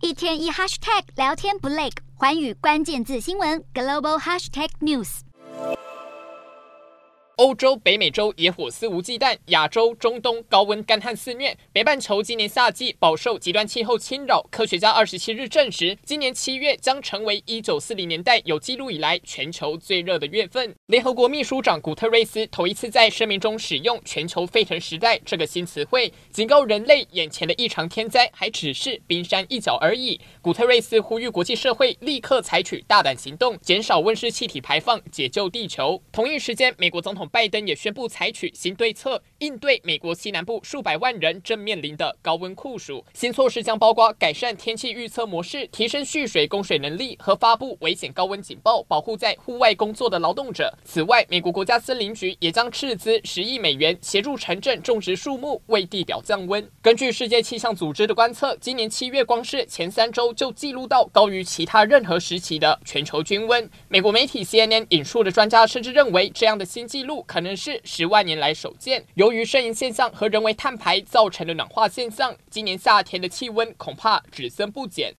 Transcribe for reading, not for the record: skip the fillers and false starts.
一天一 hashtag 聊天不累，寰宇关键字新闻 global hashtag news。 欧洲、北美洲野火肆无忌惮，亚洲、中东高温干旱肆虐，北半球今年夏季饱受极端气候侵扰。科学家27日证实，今年7月将成为1940年代有记录以来全球最热的月份。联合国秘书长古特瑞斯头一次在声明中使用"全球沸腾时代"这个新词汇，警告人类眼前的异常天灾还只是冰山一角而已。古特瑞斯呼吁国际社会立刻采取大胆行动，减少温室气体排放，解救地球。同一时间，美国总统拜登也宣布采取新对策，应对美国西南部数百万人正面临的高温酷暑。新措施将包括改善天气预测模式、提升蓄水供水能力和发布危险高温警报，保护在户外工作的劳动者。此外，美国国家森林局也将斥资10亿美元协助城镇种植树木，为地表降温。根据世界气象组织的观测，今年7月光是前3周就记录到高于其他任何时期的全球均温。美国媒体 CNN 引述的专家甚至认为，这样的新纪录可能是10万年来首见。由于摄影现象和人为碳排造成的暖化现象，今年夏天的气温恐怕只增不减。